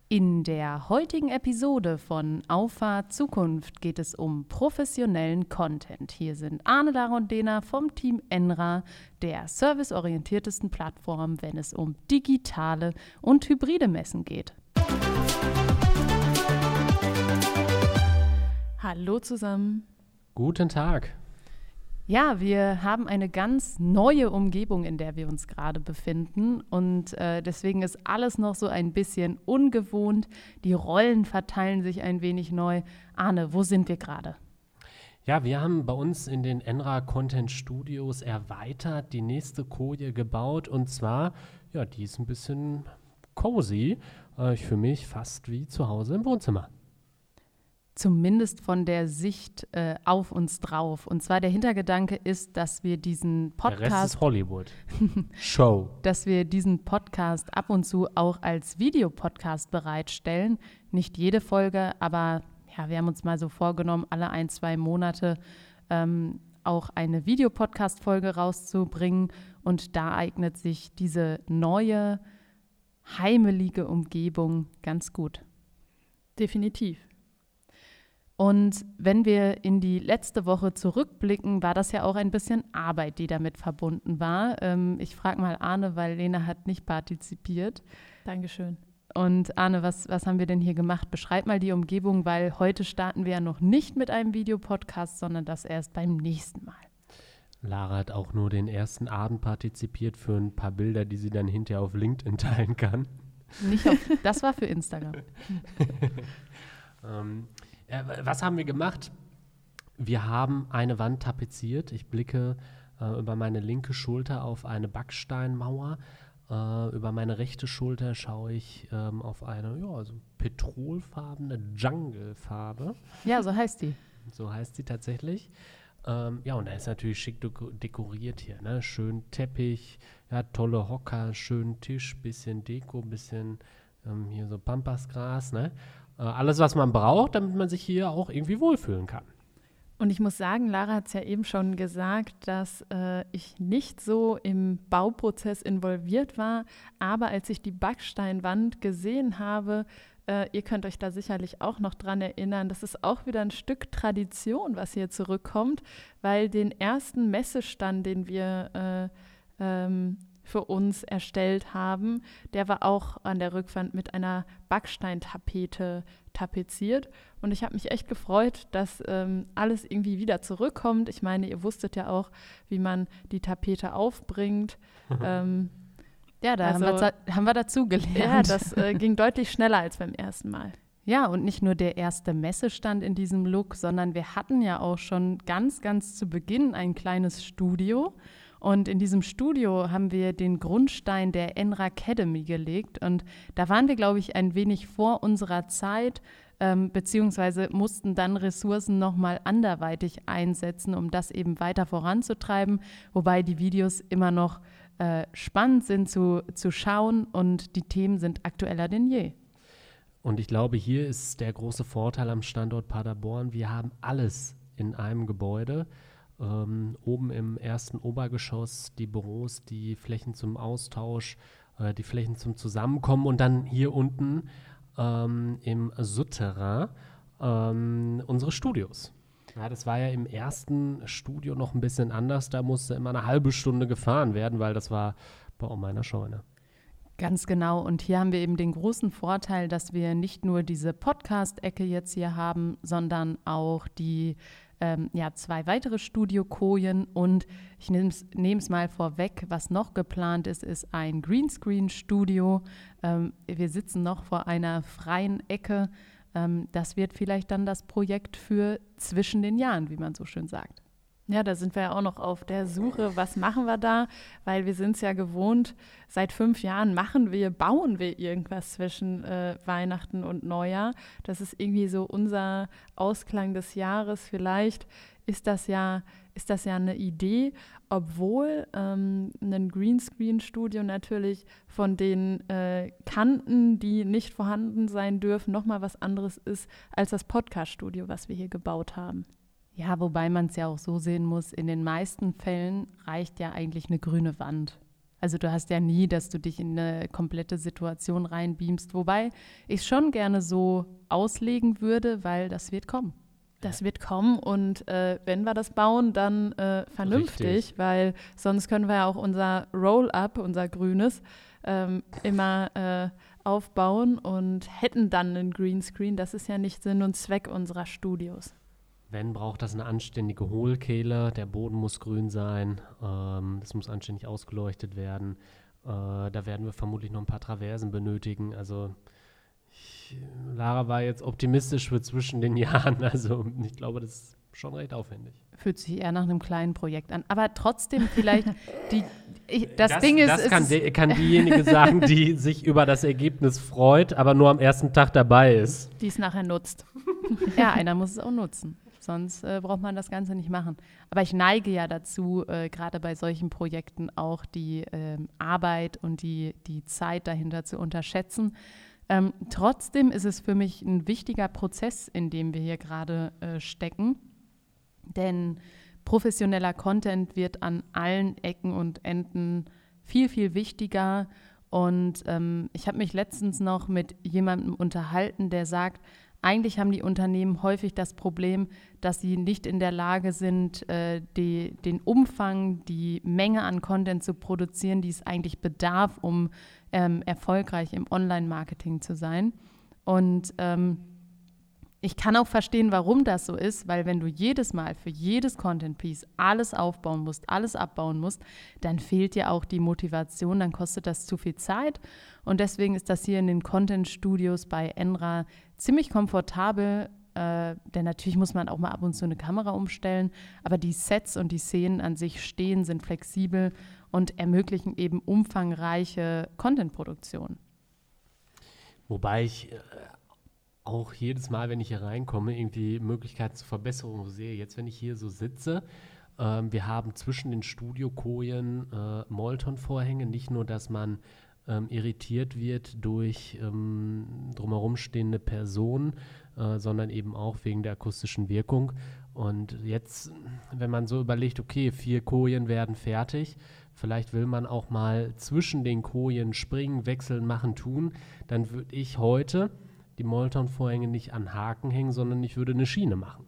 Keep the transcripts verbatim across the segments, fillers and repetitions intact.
In der heutigen Episode von Auffahrt Zukunft geht es um professionellen Content. Hier sind Arne, Lara und Dena vom Team Enra, der serviceorientiertesten Plattform, wenn es um digitale und hybride Messen geht. Hallo zusammen. Guten Tag. Ja, wir haben eine ganz neue Umgebung, in der wir uns gerade befinden und äh, deswegen ist alles noch so ein bisschen ungewohnt. Die Rollen verteilen sich ein wenig neu. Arne, wo sind wir gerade? Ja, wir haben bei uns in den Enra Content Studios erweitert, die nächste Koje gebaut und zwar, ja, die ist ein bisschen cozy. Äh, ich fühle mich fast wie zu Hause im Wohnzimmer. Zumindest von der Sicht äh, auf uns drauf. Und zwar der Hintergedanke ist, dass wir diesen Podcast, der Rest ist Hollywood. Show. dass wir diesen Podcast ab und zu auch als Videopodcast bereitstellen. Nicht jede Folge, aber ja, wir haben uns mal so vorgenommen, alle ein, zwei Monate ähm, auch eine Videopodcast-Folge rauszubringen. Und da eignet sich diese neue, heimelige Umgebung ganz gut. Definitiv. Und wenn wir in die letzte Woche zurückblicken, war das ja auch ein bisschen Arbeit, die damit verbunden war. Ähm, ich frage mal Arne, weil Lena hat nicht partizipiert. Dankeschön. Und Arne, was, was haben wir denn hier gemacht? Beschreib mal die Umgebung, weil heute starten wir ja noch nicht mit einem Videopodcast, sondern das erst beim nächsten Mal. Lara hat auch nur den ersten Abend partizipiert für ein paar Bilder, die sie dann hinterher auf LinkedIn teilen kann. Nicht auf, das war für Instagram. ähm, Ja, was haben wir gemacht? Wir haben eine Wand tapeziert. Ich blicke äh, über meine linke Schulter auf eine Backsteinmauer. Äh, über meine rechte Schulter schaue ich ähm, auf eine ja, also petrolfarbene Jungle-Farbe. Ja, so heißt die. So heißt sie tatsächlich. Ähm, ja, und da ist natürlich schick deko- dekoriert hier. Ne? Schön Teppich, ja, tolle Hocker, schön Tisch, bisschen Deko, bisschen ähm, hier so Pampasgras, ne? Alles, was man braucht, damit man sich hier auch irgendwie wohlfühlen kann. Und ich muss sagen, Lara hat es ja eben schon gesagt, dass äh, ich nicht so im Bauprozess involviert war, aber als ich die Backsteinwand gesehen habe, äh, ihr könnt euch da sicherlich auch noch dran erinnern, das ist auch wieder ein Stück Tradition, was hier zurückkommt, weil den ersten Messestand, den wir äh, ähm, für uns erstellt haben, der war auch an der Rückwand mit einer Backsteintapete tapeziert. Und ich habe mich echt gefreut, dass ähm, alles irgendwie wieder zurückkommt. Ich meine, ihr wusstet ja auch, wie man die Tapete aufbringt. ähm, ja, da also, haben, wir, haben wir dazugelernt. Ja, das äh, ging deutlich schneller als beim ersten Mal. Ja, und nicht nur der erste Messestand in diesem Look, sondern wir hatten ja auch schon ganz, ganz zu Beginn ein kleines Studio. Und in diesem Studio haben wir den Grundstein der Enra Academy gelegt. Und da waren wir, glaube ich, ein wenig vor unserer Zeit, ähm, beziehungsweise mussten dann Ressourcen nochmal anderweitig einsetzen, um das eben weiter voranzutreiben. Wobei die Videos immer noch äh, spannend sind zu, zu schauen und die Themen sind aktueller denn je. Und ich glaube, hier ist der große Vorteil am Standort Paderborn. Wir haben alles in einem Gebäude. Ähm, oben im ersten Obergeschoss die Büros, die Flächen zum Austausch, äh, die Flächen zum Zusammenkommen und dann hier unten ähm, im Souterrain ähm, unsere Studios. Ja, das war ja im ersten Studio noch ein bisschen anders, da musste immer eine halbe Stunde gefahren werden, weil das war bei meiner Scheune. Ganz genau. Und hier haben wir eben den großen Vorteil, dass wir nicht nur diese Podcast-Ecke jetzt hier haben, sondern auch die ähm, ja, zwei weitere Studiokojen. Und ich nehme es mal vorweg, was noch geplant ist, ist ein Greenscreen-Studio. Ähm, wir sitzen noch vor einer freien Ecke. Ähm, das wird vielleicht dann das Projekt für zwischen den Jahren, wie man so schön sagt. Ja, da sind wir ja auch noch auf der Suche, was machen wir da, weil wir sind es ja gewohnt, seit fünf Jahren machen wir, bauen wir irgendwas zwischen äh, Weihnachten und Neujahr. Das ist irgendwie so unser Ausklang des Jahres. Vielleicht ist das ja, ist das ja eine Idee, obwohl ähm, ein Greenscreen-Studio natürlich von den äh, Kanten, die nicht vorhanden sein dürfen, nochmal was anderes ist als das Podcast-Studio, was wir hier gebaut haben. Ja, wobei man es ja auch so sehen muss, in den meisten Fällen reicht ja eigentlich eine grüne Wand. Also du hast ja nie, dass du dich in eine komplette Situation reinbeamst, wobei ich schon gerne so auslegen würde, weil das wird kommen. Das wird kommen und äh, wenn wir das bauen, dann äh, vernünftig, Richtig. Weil sonst können wir ja auch unser Roll-Up, unser grünes, ähm, immer äh, aufbauen und hätten dann einen Greenscreen. Das ist ja nicht Sinn und Zweck unserer Studios. Wenn, braucht das eine anständige Hohlkehle, der Boden muss grün sein, ähm, es muss anständig ausgeleuchtet werden. Äh, da werden wir vermutlich noch ein paar Traversen benötigen. Also ich, Lara war jetzt optimistisch für zwischen den Jahren. Also ich glaube, das ist schon recht aufwendig. Fühlt sich eher nach einem kleinen Projekt an. Aber trotzdem vielleicht, die, ich, das, das Ding ist... Das kann, de, kann diejenige sagen, die sich über das Ergebnis freut, aber nur am ersten Tag dabei ist. Die es nachher nutzt. Ja, einer muss es auch nutzen. Sonst äh, braucht man das Ganze nicht machen. Aber ich neige ja dazu, äh, gerade bei solchen Projekten auch die äh, Arbeit und die, die Zeit dahinter zu unterschätzen. Ähm, trotzdem ist es für mich ein wichtiger Prozess, in dem wir hier gerade äh, stecken. Denn professioneller Content wird an allen Ecken und Enden viel, viel wichtiger. Und ähm, ich habe mich letztens noch mit jemandem unterhalten, der sagt, eigentlich haben die Unternehmen häufig das Problem, dass sie nicht in der Lage sind, äh, die, den Umfang, die Menge an Content zu produzieren, die es eigentlich bedarf, um ähm, erfolgreich im Online-Marketing zu sein. Und ähm, ich kann auch verstehen, warum das so ist, weil wenn du jedes Mal für jedes Content-Piece alles aufbauen musst, alles abbauen musst, dann fehlt dir auch die Motivation, dann kostet das zu viel Zeit. Und deswegen ist das hier in den Content-Studios bei Enra ziemlich komfortabel, äh, denn natürlich muss man auch mal ab und zu eine Kamera umstellen, aber die Sets und die Szenen an sich stehen, sind flexibel und ermöglichen eben umfangreiche Content-Produktion. Wobei ich äh, auch jedes Mal, wenn ich hier reinkomme, irgendwie Möglichkeiten zur Verbesserung sehe. Jetzt, wenn ich hier so sitze, ähm, wir haben zwischen den Studiokojen äh, Molton-Vorhänge, nicht nur, dass man ähm, irritiert wird durch ähm, drumherum stehende Personen, äh, sondern eben auch wegen der akustischen Wirkung. Und jetzt, wenn man so überlegt, okay, vier Kojen werden fertig, vielleicht will man auch mal zwischen den Kojen springen, wechseln, machen, tun, dann würde ich heute die Molton-Vorhänge nicht an Haken hängen, sondern ich würde eine Schiene machen.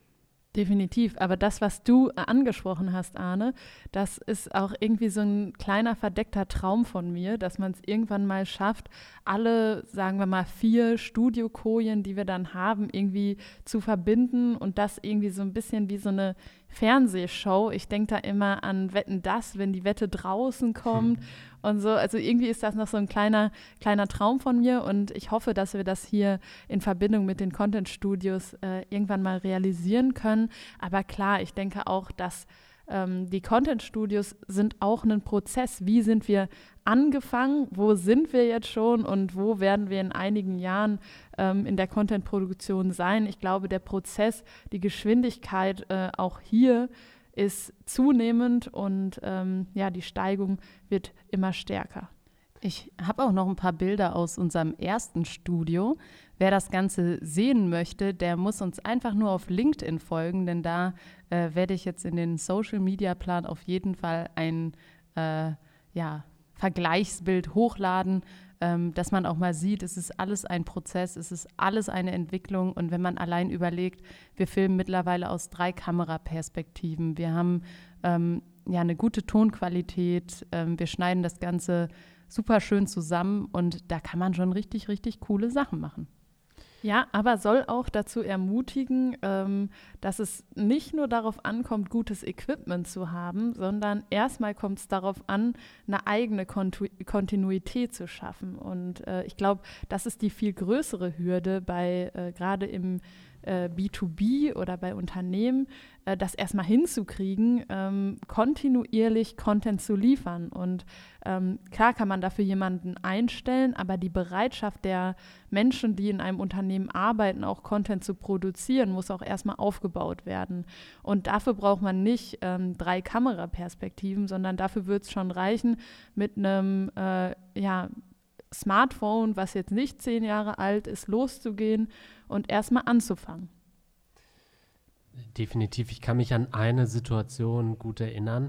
Definitiv, aber das, was du angesprochen hast, Arne, das ist auch irgendwie so ein kleiner verdeckter Traum von mir, dass man es irgendwann mal schafft, alle, sagen wir mal, vier Studiokojen, die wir dann haben, irgendwie zu verbinden und das irgendwie so ein bisschen wie so eine Fernsehshow. Ich denke da immer an Wetten, dass, wenn die Wette draußen kommt hm. und so. Also irgendwie ist das noch so ein kleiner, kleiner Traum von mir und ich hoffe, dass wir das hier in Verbindung mit den Content-Studios äh, irgendwann mal realisieren können. Aber klar, ich denke auch, dass ähm, die Content-Studios sind auch ein Prozess. Wie sind wir angefangen? Wo sind wir jetzt schon? Und wo werden wir in einigen Jahren ähm, in der Content-Produktion sein? Ich glaube, der Prozess, die Geschwindigkeit äh, auch hier ist zunehmend und ähm, ja, die Steigung wird immer stärker. Ich habe auch noch ein paar Bilder aus unserem ersten Studio. Wer das Ganze sehen möchte, der muss uns einfach nur auf LinkedIn folgen, denn da äh, werde ich jetzt in den Social-Media-Plan auf jeden Fall ein äh, ja, Vergleichsbild hochladen, ähm, dass man auch mal sieht, es ist alles ein Prozess, es ist alles eine Entwicklung und wenn man allein überlegt, wir filmen mittlerweile aus drei Kameraperspektiven, wir haben ähm, ja eine gute Tonqualität, ähm, wir schneiden das Ganze super schön zusammen und da kann man schon richtig, richtig coole Sachen machen. Ja, aber soll auch dazu ermutigen, ähm, dass es nicht nur darauf ankommt, gutes Equipment zu haben, sondern erstmal kommt es darauf an, eine eigene Kontu- Kontinuität zu schaffen. Und äh, ich glaube, das ist die viel größere Hürde bei äh, gerade im äh, B zwei B oder bei Unternehmen, äh, das erstmal hinzukriegen, ähm, kontinuierlich Content zu liefern. Und ähm, klar kann man dafür jemanden einstellen, aber die Bereitschaft der Menschen, die in einem Unternehmen arbeiten, auch Content zu produzieren, muss auch erstmal aufgebaut werden. Und dafür braucht man nicht ähm, drei Kameraperspektiven, sondern dafür wird es schon reichen, mit einem äh, ja, Smartphone, was jetzt nicht zehn Jahre alt ist, loszugehen und erstmal anzufangen. Definitiv. Ich kann mich an eine Situation gut erinnern.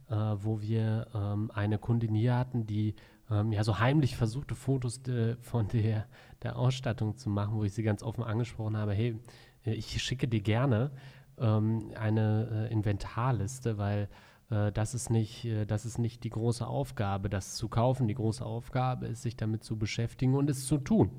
äh, wo wir ähm, eine Kundin hier hatten, die ähm, ja so heimlich versuchte, Fotos de, von der, der Ausstattung zu machen, wo ich sie ganz offen angesprochen habe, hey, ich schicke dir gerne ähm, eine äh, Inventarliste, weil äh, das ist nicht, äh, das ist nicht die große Aufgabe, das zu kaufen. Die große Aufgabe ist, sich damit zu beschäftigen und es zu tun.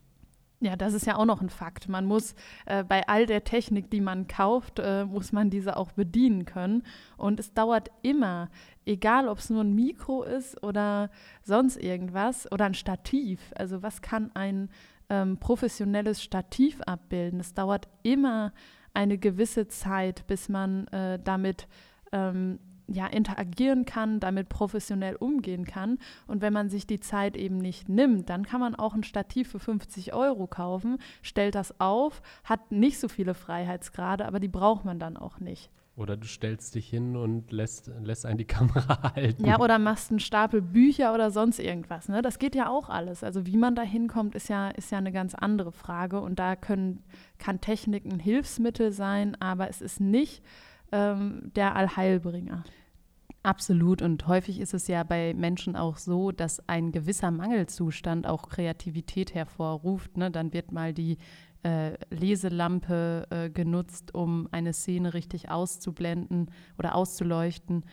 Ja, das ist ja auch noch ein Fakt. Man muss äh, bei all der Technik, die man kauft, äh, muss man diese auch bedienen können. Und es dauert immer, egal ob es nur ein Mikro ist oder sonst irgendwas oder ein Stativ. Also was kann ein ähm, professionelles Stativ abbilden? Es dauert immer eine gewisse Zeit, bis man äh, damit ähm, ja, interagieren kann, damit professionell umgehen kann. Und wenn man sich die Zeit eben nicht nimmt, dann kann man auch ein Stativ für fünfzig Euro kaufen, stellt das auf, hat nicht so viele Freiheitsgrade, aber die braucht man dann auch nicht. Oder du stellst dich hin und lässt, lässt einen die Kamera halten. Ja, oder machst einen Stapel Bücher oder sonst irgendwas. Ne? Das geht ja auch alles. Also wie man da hinkommt, ist ja, ist ja eine ganz andere Frage. Und da können, kann Technik ein Hilfsmittel sein, aber es ist nicht ähm, der Allheilbringer. Absolut. Und häufig ist es ja bei Menschen auch so, dass ein gewisser Mangelzustand auch Kreativität hervorruft. Ne? Dann wird mal die äh, Leselampe äh, genutzt, um eine Szene richtig auszublenden oder auszuleuchten.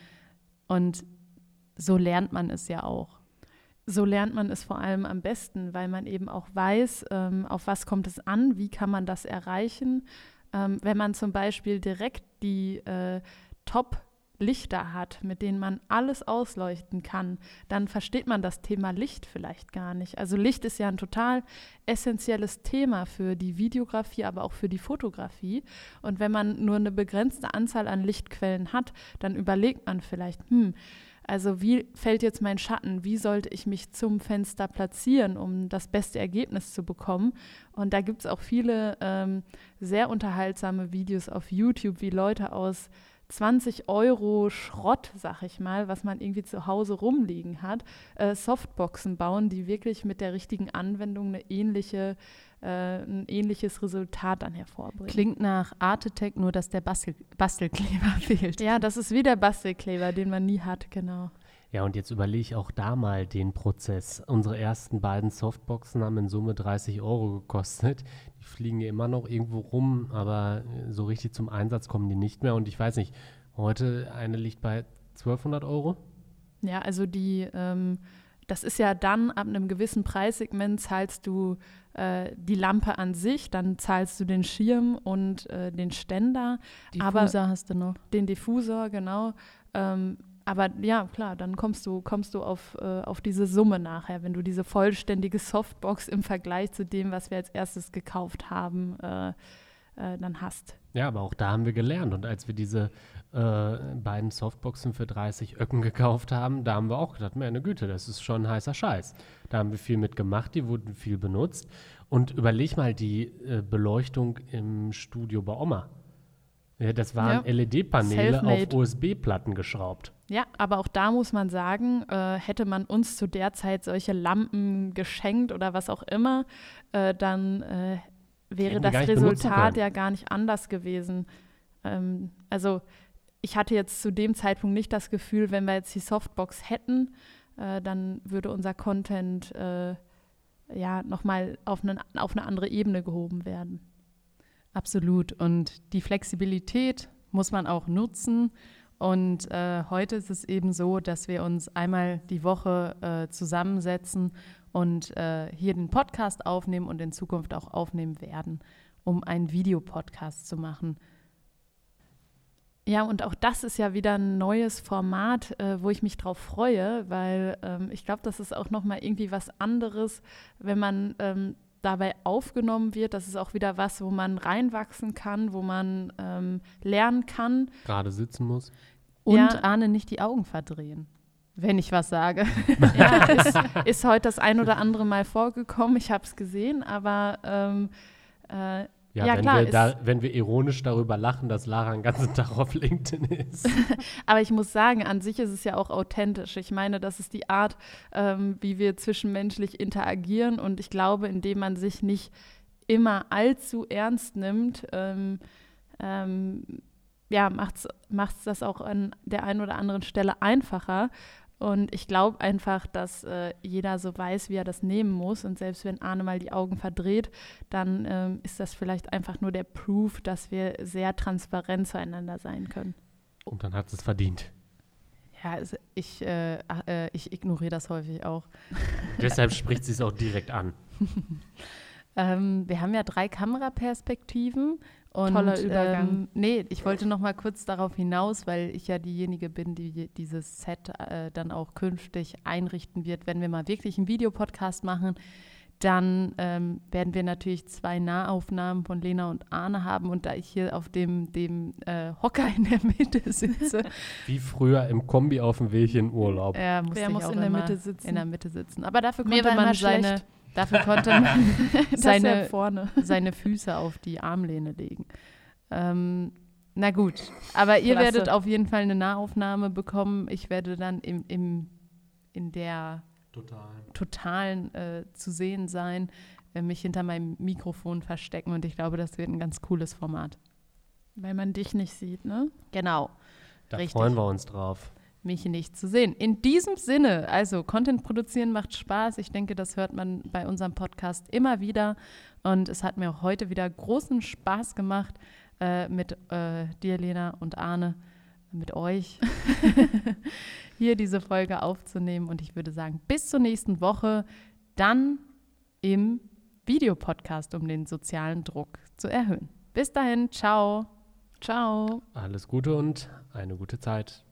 Und so lernt man es ja auch. So lernt man es vor allem am besten, weil man eben auch weiß, ähm, auf was kommt es an, wie kann man das erreichen. Ähm, wenn man zum Beispiel direkt die äh, Top- Lichter hat, mit denen man alles ausleuchten kann, dann versteht man das Thema Licht vielleicht gar nicht. Also Licht ist ja ein total essentielles Thema für die Videografie, aber auch für die Fotografie. Und wenn man nur eine begrenzte Anzahl an Lichtquellen hat, dann überlegt man vielleicht, hm, also wie fällt jetzt mein Schatten? Wie sollte ich mich zum Fenster platzieren, um das beste Ergebnis zu bekommen? Und da gibt es auch viele ähm, sehr unterhaltsame Videos auf YouTube, wie Leute aus zwanzig Euro Schrott, sag ich mal, was man irgendwie zu Hause rumliegen hat, äh, Softboxen bauen, die wirklich mit der richtigen Anwendung eine ähnliche, äh, ein ähnliches Resultat dann hervorbringen. Klingt nach Artetech, nur dass der Bastel- Bastelkleber fehlt. Ja, das ist wie der Bastelkleber, den man nie hat, genau. Ja, und jetzt überlege ich auch da mal den Prozess. Unsere ersten beiden Softboxen haben in Summe dreißig Euro gekostet. Die fliegen ja immer noch irgendwo rum, aber so richtig zum Einsatz kommen die nicht mehr. Und ich weiß nicht, heute eine liegt bei zwölfhundert Euro? Ja, also die, ähm, das ist ja dann, ab einem gewissen Preissegment zahlst du äh, die Lampe an sich, dann zahlst du den Schirm und äh, den Ständer. Diffusor aber hast du noch. Den Diffusor, genau. Ähm, Aber ja, klar, dann kommst du, kommst du auf, äh, auf diese Summe nachher, wenn du diese vollständige Softbox im Vergleich zu dem, was wir als erstes gekauft haben, äh, äh, dann hast. Ja, aber auch da haben wir gelernt. Und als wir diese äh, beiden Softboxen für dreißig Öcken gekauft haben, da haben wir auch gedacht, meine Güte, das ist schon ein heißer Scheiß. Da haben wir viel mitgemacht, die wurden viel benutzt. Und überleg mal die äh, Beleuchtung im Studio bei Oma. Ja, das waren Ja. L E D-Paneele Selfmade. auf U S B-Platten geschraubt. Ja, aber auch da muss man sagen, äh, hätte man uns zu der Zeit solche Lampen geschenkt oder was auch immer, äh, dann äh, wäre Hätten wir das gar nicht benutzen Resultat können. ja gar nicht anders gewesen. Ähm, also ich hatte jetzt zu dem Zeitpunkt nicht das Gefühl, wenn wir jetzt die Softbox hätten, äh, dann würde unser Content äh, ja nochmal auf eine, auf eine andere Ebene gehoben werden. Absolut. Und die Flexibilität muss man auch nutzen. Und äh, heute ist es eben so, dass wir uns einmal die Woche äh, zusammensetzen und äh, hier den Podcast aufnehmen und in Zukunft auch aufnehmen werden, um einen Videopodcast zu machen. Ja, und auch das ist ja wieder ein neues Format, äh, wo ich mich drauf freue, weil ähm, ich glaube, das ist auch nochmal irgendwie was anderes, wenn man ähm, dabei aufgenommen wird. Das ist auch wieder was, wo man reinwachsen kann, wo man ähm, lernen kann. Gerade sitzen muss. Und Ja. Arne nicht die Augen verdrehen, wenn ich was sage. Ja, ist, ist heute das ein oder andere Mal vorgekommen. Ich habe es gesehen, aber ähm, äh, Ja, Ja, wenn, klar, wir ist- da, wenn wir ironisch darüber lachen, dass Lara den ganzen Tag auf LinkedIn ist. aber ich muss sagen, an sich ist es ja auch authentisch. Ich meine, das ist die Art, ähm, wie wir zwischenmenschlich interagieren. Und ich glaube, indem man sich nicht immer allzu ernst nimmt, ähm, ähm, ja, macht es das auch an der einen oder anderen Stelle einfacher. Und ich glaube einfach, dass äh, jeder so weiß, wie er das nehmen muss. Und selbst wenn Arne mal die Augen verdreht, dann ähm, ist das vielleicht einfach nur der Proof, dass wir sehr transparent zueinander sein können. Und dann hat es verdient. Ja, also ich, äh, äh, ich ignoriere das häufig auch. Deshalb spricht sie es auch direkt an. ähm, wir haben ja drei Kameraperspektiven. Und, Toller Übergang. Ähm, nee, ich wollte noch mal kurz darauf hinaus, weil ich ja diejenige bin, die dieses Set äh, dann auch künftig einrichten wird. Wenn wir mal wirklich einen Videopodcast machen, dann ähm, werden wir natürlich zwei Nahaufnahmen von Lena und Arne haben. Und da ich hier auf dem, dem äh, Hocker in der Mitte sitze. Wie früher im Kombi auf dem Weg in Urlaub. Äh, musste Wer ich muss auch in der immer Mitte sitzen? In der Mitte sitzen. Aber dafür Mir konnte war man immer seine... schlecht. Dafür konnte man seine, vorne. seine Füße auf die Armlehne legen. Ähm, na gut, aber ihr Klasse. werdet auf jeden Fall eine Nahaufnahme bekommen. Ich werde dann im, im, in der Total. totalen äh, zu sehen sein, äh, mich hinter meinem Mikrofon verstecken und ich glaube, das wird ein ganz cooles Format. Weil man dich nicht sieht, ne? Genau. Da Richtig. freuen wir uns drauf. Mich nicht zu sehen. In diesem Sinne, also Content produzieren macht Spaß. Ich denke, das hört man bei unserem Podcast immer wieder. Und es hat mir auch heute wieder großen Spaß gemacht, äh, mit äh, dir, Lena und Arne, mit euch hier diese Folge aufzunehmen. Und ich würde sagen, bis zur nächsten Woche, dann im Videopodcast, um den sozialen Druck zu erhöhen. Bis dahin, ciao. Ciao. Alles Gute und eine gute Zeit.